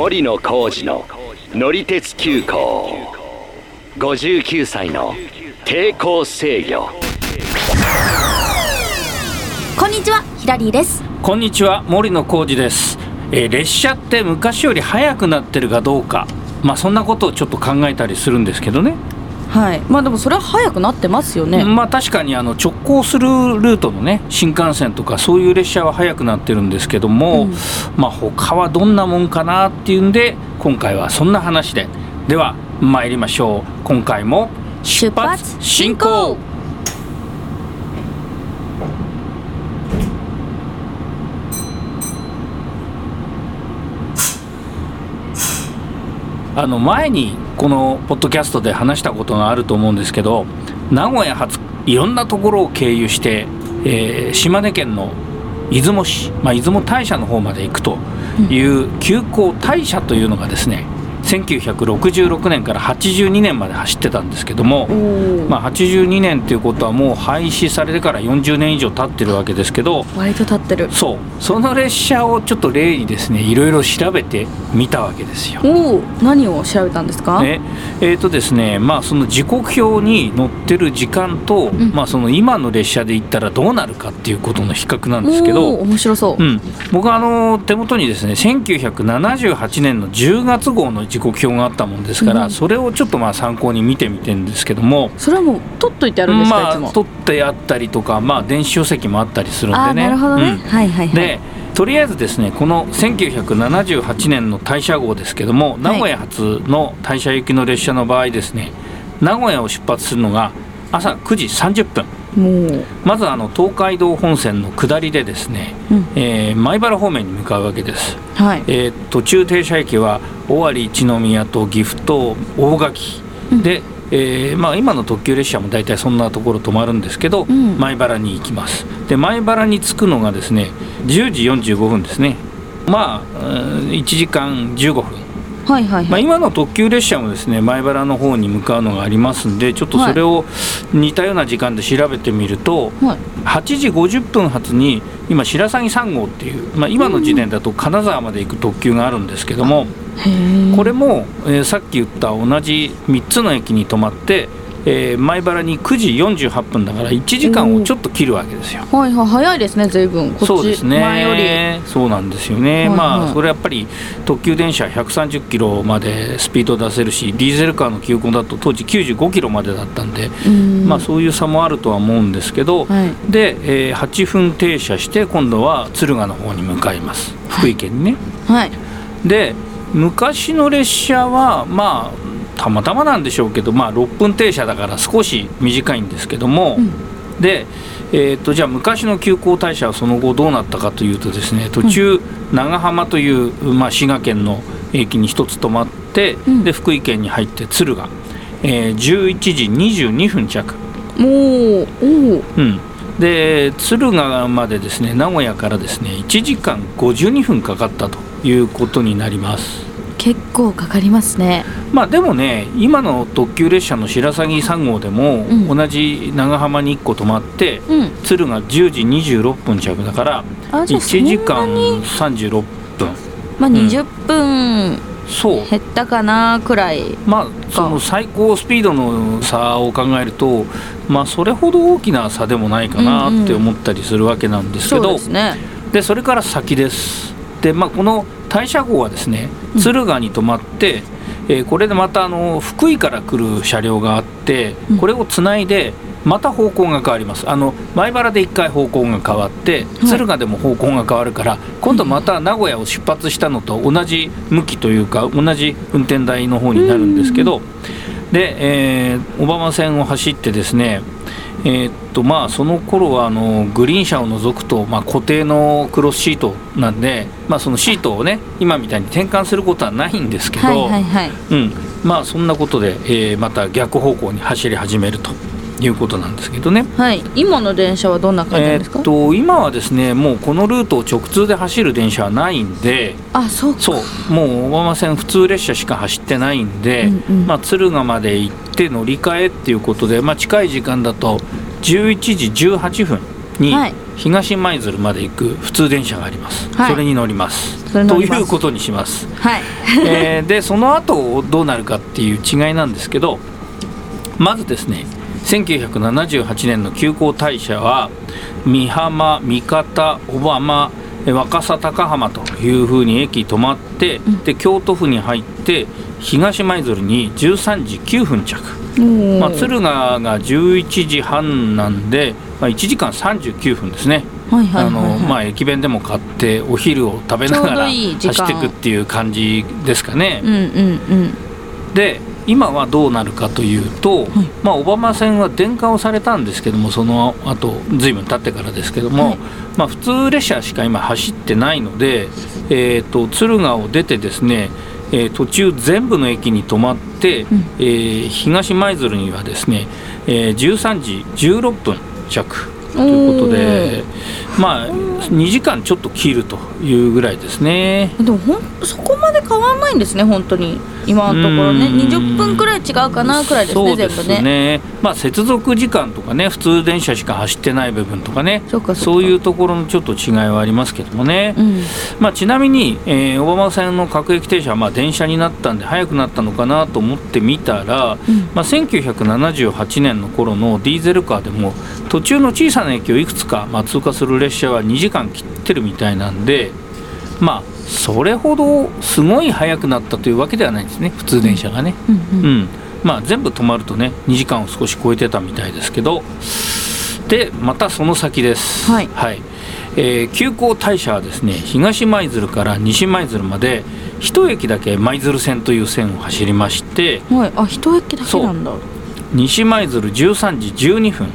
森野浩二の乗り鉄急行。59歳の抵抗制御。 こんにちは、ヒラリーです。 こんにちは、森野浩二です。列車って昔より速くなってるかどうか、そんなことをちょっと考えたりするんですけどね。 はい、でもそれは速くなってますよね。 確かに直行するルートのね、新幹線とかそういう列車は速くなってるんですけども、他はどんなもんかなっていうんで、今回はそんな話で。では参りましょう。今回も出発進行。前にこのポッドキャストで話したことがあると思うんですけど、名古屋発いろんなところを経由して、島根県の出雲市、出雲大社の方まで行くという急行大社というのがですね、1966年から82年まで走ってたんですけども、82年ということはもう廃止されてから40年以上経ってるわけですけど、 割と経ってる。 その列車をちょっと例にですね、いろいろ調べてみたわけですよ。 何を調べたんですか？ ですね、その時刻表に載ってる時間と、その今の列車で行ったらどうなるかっていうことの比較なんですけど、 面白そう。 僕は手元にですね、1978年の10月号の時刻表があったもんですから、それをちょっと参考に見てみてるんですけども、 それはもう取っといてあるんですか？いつも取ってあったりとか、電子書籍もあったりするんでね。 なるほどね。 でとりあえずですね、この1978年の大社号ですけども、名古屋発の大社行きの列車の場合ですね、名古屋を出発するのが朝9時30分。まず東海道本線の下りでですね、米原方面に向かうわけです。途中停車駅は尾張、一宮と岐阜と大垣で、今の特急列車も大体そんなところ止まるんですけど、米原に行きます。で米原に着くのがですね10時45分ですね。1時間15分。今の特急列車もですね、米原の方に向かうのがありますんで、ちょっとそれを似たような時間で調べてみると、8時50分発に今白鷺3号っていう、今の時点だと金沢まで行く特急があるんですけども、これも、さっき言った同じ3つの駅に止まって、米原に9時48分だから1時間をちょっと切るわけですよ。 早いですね、随分。 そうですね、 前より。 そうなんですよね。それやっぱり特急電車130キロまでスピード出せるし、ディーゼルカーの急行だと当時95キロまでだったんで、そういう差もあるとは思うんですけど、で、8分停車して今度は敦賀の方に向かいます。福井県にね。で昔の列車はたまたまなんでしょうけど、6分停車だから少し短いんですけども、で、じゃあ昔の急行大社はその後どうなったかというとですね、途中長浜という、滋賀県の駅に一つ止まって、で福井県に入って敦賀、11時22分着。で敦賀までですね、名古屋からですね1時間52分かかったということになります。 結構かかりますね。 でもね、今の特急列車の白鷺3号でも、同じ長浜に1個止まって、敦賀10時26分着だから1時間36分。 20分そう減ったかなくらい。 その最高スピードの差を考えると、それほど大きな差でもないかなって思ったりするわけなんですけど、でそれから先です。でこの大社号はですね、敦賀に止まって、これでまた福井から来る車両があって、これをつないでまた方向が変わります。米原で1回方向が変わって、敦賀でも方向が変わるから、今度また名古屋を出発したのと同じ向きというか同じ運転台の方になるんですけど、で、小浜線を走ってですね、その頃はグリーン車を除くと、固定のクロスシートなんで、そのシートをね今みたいに転換することはないんですけど、そんなことで、また逆方向に走り始めるということなんですけどね。 今の電車はどんな感じなんですか？ 今はですね、もうこのルートを直通で走る電車はないんで、もう小浜線普通列車しか走ってないんで、敦賀まで行って乗り換えっていうことで、近い時間だと11時18分に東舞鶴まで行く普通電車があります、 はい、 それに乗りますということにします、 はいでその後どうなるかっていう違いなんですけど、まずですね1978年の急行大社は美浜、三方、小浜、若狭、高浜というふうに駅止まって、で京都府に入って東舞鶴に13時9分着、敦賀が11時半なんで、1時間39分ですね。駅弁でも買ってお昼を食べながら走っていくっていう感じですかね。で今はどうなるかというと、小浜線は電化をされたんですけども、その後ずいぶん経ってからですけども、普通列車しか今走ってないので、敦賀を出てですね、途中全部の駅に止まって、東舞鶴にはですね、13時16分着ということで、2時間ちょっと切るというぐらいですね。 でもそこまで変わらないんですね、本当に今のところね。20分くらい違うかなくらいですね。 そうですね、全部ね。接続時間とかね、普通電車しか走ってない部分とかね、そういうところのちょっと違いはありますけどもね、ちなみに、小浜線の各駅停車は電車になったんで早くなったのかなと思ってみたら、1978年の頃のディーゼルカーでも途中の小さな駅をいくつか通過する列車は2時間切ってるみたいなんで、それほどすごい速くなったというわけではないんですね、普通電車がね。全部止まるとね2時間を少し超えてたみたいですけど、でまたその先です。急行大社はですね、東舞鶴から西舞鶴まで一駅だけ舞鶴線という線を走りまして、 一駅だけなんだ。 西舞鶴13時12分、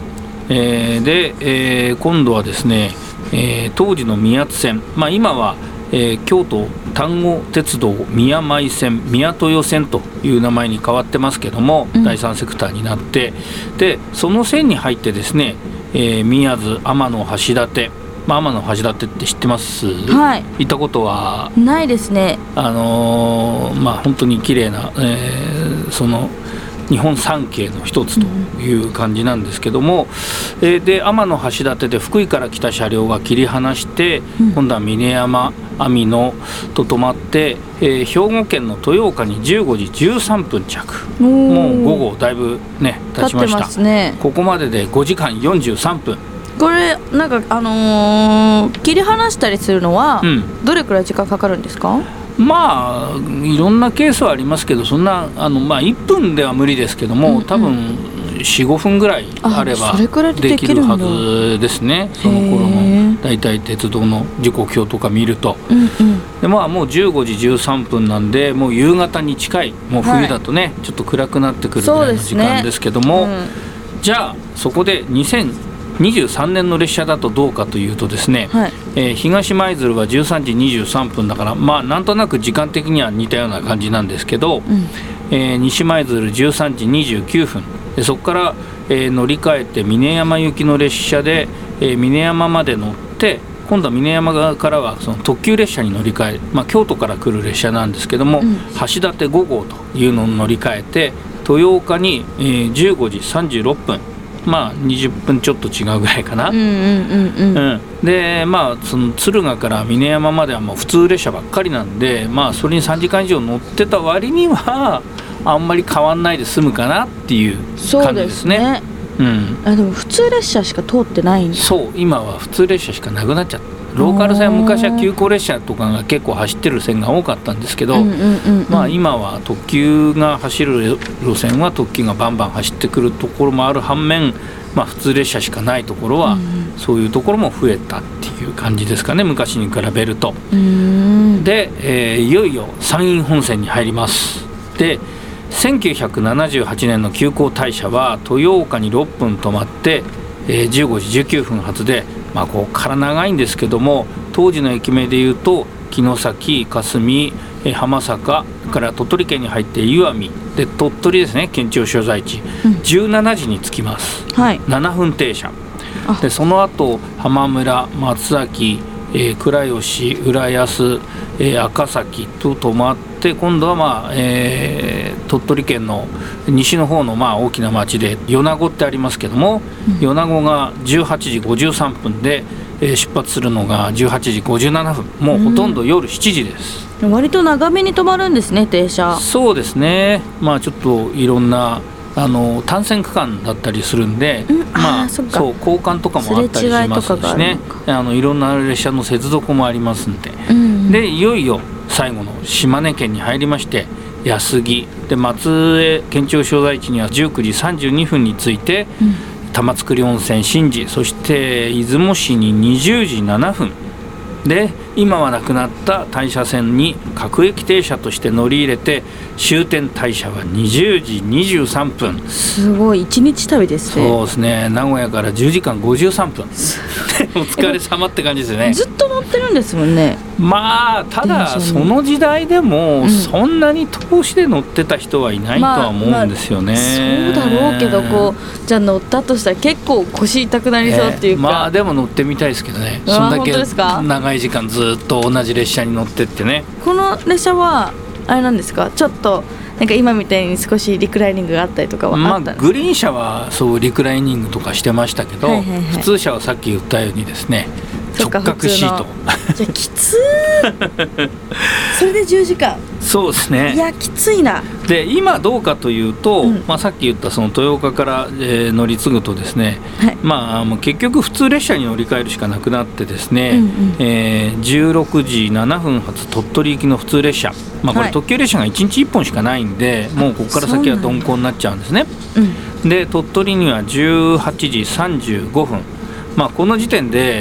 で、今度はですね、当時の宮津線、今は、京都丹後鉄道宮舞線、宮豊線という名前に変わってますけども、第3セクターになって、でその線に入ってですね、宮津、天橋立、天橋立って知ってます？行ったことはないですね。 本当に綺麗な、その日本三景の一つという感じなんですけども、で天橋立で福井から来た車両が切り離して、今度は峰山、網野と止まって、兵庫県の豊岡に15時13分着。もう午後だいぶね経ちました。ここまでで5時間43分。 これなんか切り離したりするのはどれくらい時間かかるんですか？ いろんなケースはありますけど、そんな1分では無理ですけども、多分 4,5 分ぐらいあればできるはずですね。その頃のだいたい鉄道の時刻表とか見ると、でもう15時13分なんで、もう夕方に近い、もう冬だとね、ちょっと暗くなってくるぐらいの時間ですけども、じゃあそこで2023年の列車だとどうかというとですね、東舞鶴は13時23分だから、なんとなく時間的には似たような感じなんですけど、西舞鶴13時29分で、そこから、乗り換えて峰山行きの列車で、峰山まで乗って、今度は峰山側からはその特急列車に乗り換え、京都から来る列車なんですけども、橋立5号というのを乗り換えて豊岡に、15時36分、20分ちょっと違うぐらいかな。でその敦賀から峰山まではもう普通列車ばっかりなんで、それに3時間以上乗ってた割にはあんまり変わんないで済むかなっていう感じですね。 でも普通列車しか通ってないんだ。 そう、今は普通列車しかなくなっちゃった。ローカル線は昔は急行列車とかが結構走ってる線が多かったんですけど、今は特急が走る路線は特急がバンバン走ってくるところもある反面、普通列車しかないところは、そういうところも増えたっていう感じですかね、昔に比べると。で、いよいよ山陰本線に入ります。で1978年の急行大社は豊岡に6分止まって、15時19分発で、ここから長いんですけども、当時の駅名でいうと城崎、霞、浜坂から鳥取県に入って岩見で、鳥取ですね、県庁所在地、17時に着きます、7分停車で、その後浜村、松崎、 倉吉、浦安、赤崎と止まって、今度は、鳥取県の西の方の大きな町で米子ってありますけども、米子が18時53分で、出発するのが18時57分、もうほとんど夜7時です。 割と長めに止まるんですね、停車。 そうですね、ちょっといろんな単線区間だったりするんで、そう交換とかもあったりしますしね、いろんな列車の接続もありますんで、でいよいよ最後の島根県に入りまして、安来で松江県庁所在地には19時32分に着いて、玉造温泉宍道、そして出雲市に20時7分で、今はなくなった大社線に各駅停車として乗り入れて、終点大社は20時23分。 すごい1日旅ですね。 そうですね、名古屋から10時間53分お疲れ様って感じですよね。 ずっと乗ってるんですもんね。 ただその時代でもそんなに投資で乗ってた人はいないとは思うんですよね。 そうだろうけど、じゃあ乗ったとしたら結構腰痛くなりそうっていうか、 でも乗ってみたいですけどね。そんだけ長い時間ずっと同じ列車に乗ってってね。 この列車はあれなんですか、ちょっとなんか今みたいに少しリクライニングがあったりとかはあったんですか？ グリーン車はそうリクライニングとかしてましたけど、普通車はさっき言ったようにですね、直角シート。 じゃあきつーそれで10時間。 そうですね。 いやきついな。 で今どうかというと、さっき言ったその豊岡から、乗り継ぐとですね、もう結局普通列車に乗り換えるしかなくなってですね、16時7分発鳥取行きの普通列車、これ特急列車が1日1本しかないんで、もうここから先は鈍行になっちゃうんですね。で鳥取には18時35分、この時点で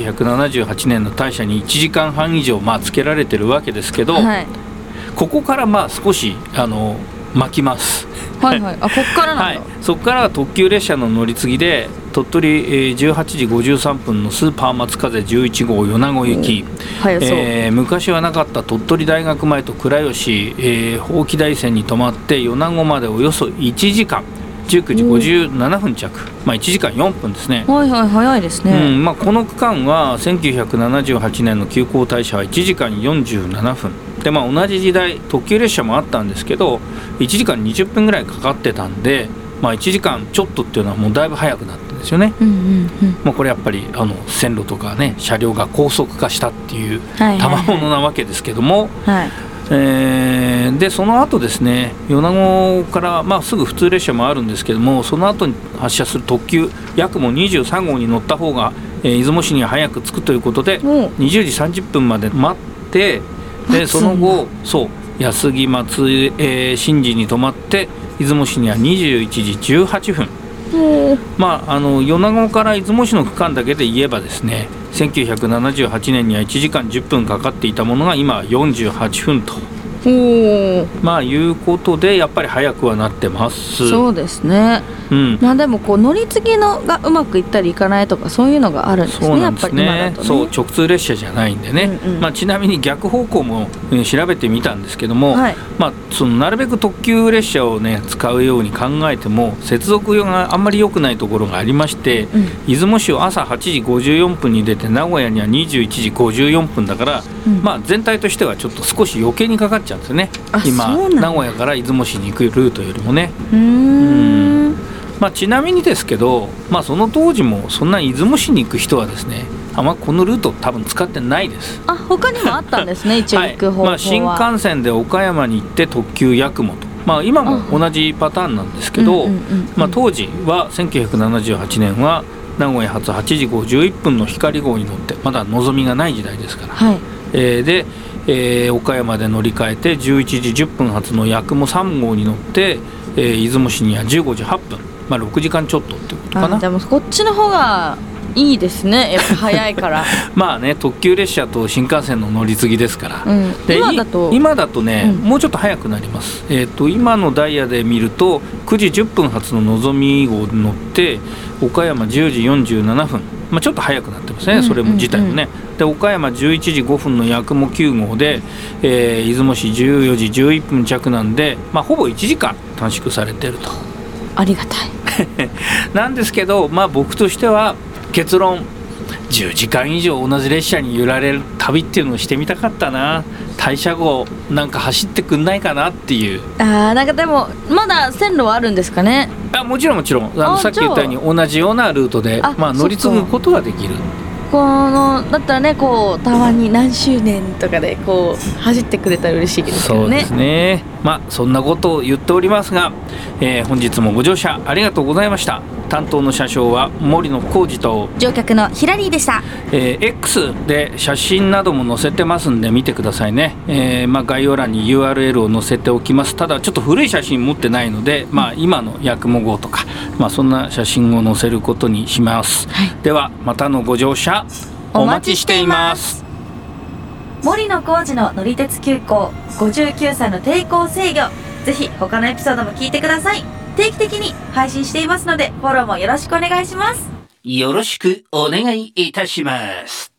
1978年の大社に1時間半以上つけられてるわけですけど、ここから少し巻きます。 ここからなんだ。 そこからは特急列車の乗り継ぎで鳥取、18時53分のスーパー松風11号米子行き、昔はなかった鳥取大学前と倉吉、伯耆大線に止まって米子までおよそ1時間、19時57分着、1時間4分ですね。 早いですね。 この区間は1978年の急行大社は1時間47分で、同じ時代特急列車もあったんですけど、1時間20分ぐらいかかってたんで、1時間ちょっとっていうのはもうだいぶ早くなったんですよね。これやっぱり線路とかね、車両が高速化したっていう賜物なわけですけども、でその後ですね、米子から、すぐ普通列車もあるんですけども、その後に発車する特急やくも23号に乗った方が、出雲市には早く着くということで、20時30分まで待って、でその後安来松江宍道に止まって出雲市には21時18分。米子から出雲市の区間だけで言えばですね、1978年には1時間10分かかっていたものが今は48分ということで、やっぱり早くはなってます。そうですね。でも乗り継ぎのがうまくいったりいかないとか、そういうのがあるんですね。そうなんですね。やっぱり今だとね。そう、直通列車じゃないんでね。ちなみに逆方向も、調べてみたんですけども、そのなるべく特急列車をね使うように考えても、接続があんまり良くないところがありまして、出雲市を朝8時54分に出て名古屋には21時54分だから、全体としてはちょっと少し余計にかかっちゃうんですよね。今名古屋から出雲市に行くルートよりもね。ちなみにですけど、その当時もそんな出雲市に行く人はですね、このルート多分使ってないです。 他にもあったんですね。一応行く方法は、 新幹線で岡山に行って特急やくもと、今も同じパターンなんですけど、当時は1978年は名古屋発8時51分の光号に乗って、まだのぞみがない時代ですから、で、岡山で乗り換えて11時10分発のやくも3号に乗って、出雲市には15時8分、6時間ちょっとってことかな。 でもこっちの方がいいですね、やっぱ早いから特急列車と新幹線の乗り継ぎですから、 で今だとね、もうちょっと早くなります。今のダイヤで見ると9時10分発ののぞみ号に乗って岡山10時47分、ちょっと早くなってますね、それも自体もね。で岡山11時5分のやくも9号で、出雲市14時11分着なんで、ほぼ1時間短縮されてると。 ありがたいなんですけど、僕としては結論、 10時間以上同じ列車に揺られる旅っていうのをしてみたかったな。大社号なんか走ってくんないかなっていう。 なんかでもまだ線路はあるんですかね。 もちろんもちろんさっき言ったように同じようなルートで乗り継ぐことができる。だったらねこうたまに何周年とかでこう走ってくれたら嬉しいですけどね。そうですね。そんなことを言っておりますが、本日もご乗車ありがとうございました。担当の車掌は森野浩二と乗客のヒラリーでした。 X で写真なども載せてますんで見てくださいね。概要欄に URL を載せておきます。ただちょっと古い写真持ってないので、今の八雲号とか、そんな写真を載せることにします、はい、ではまたのご乗車お待ちしています。 森野浩二の乗り鉄急行59歳の抵抗制御、ぜひ他のエピソードも聞いてください。定期的に配信していますのでフォローもよろしくお願いします。 よろしくお願いいたします。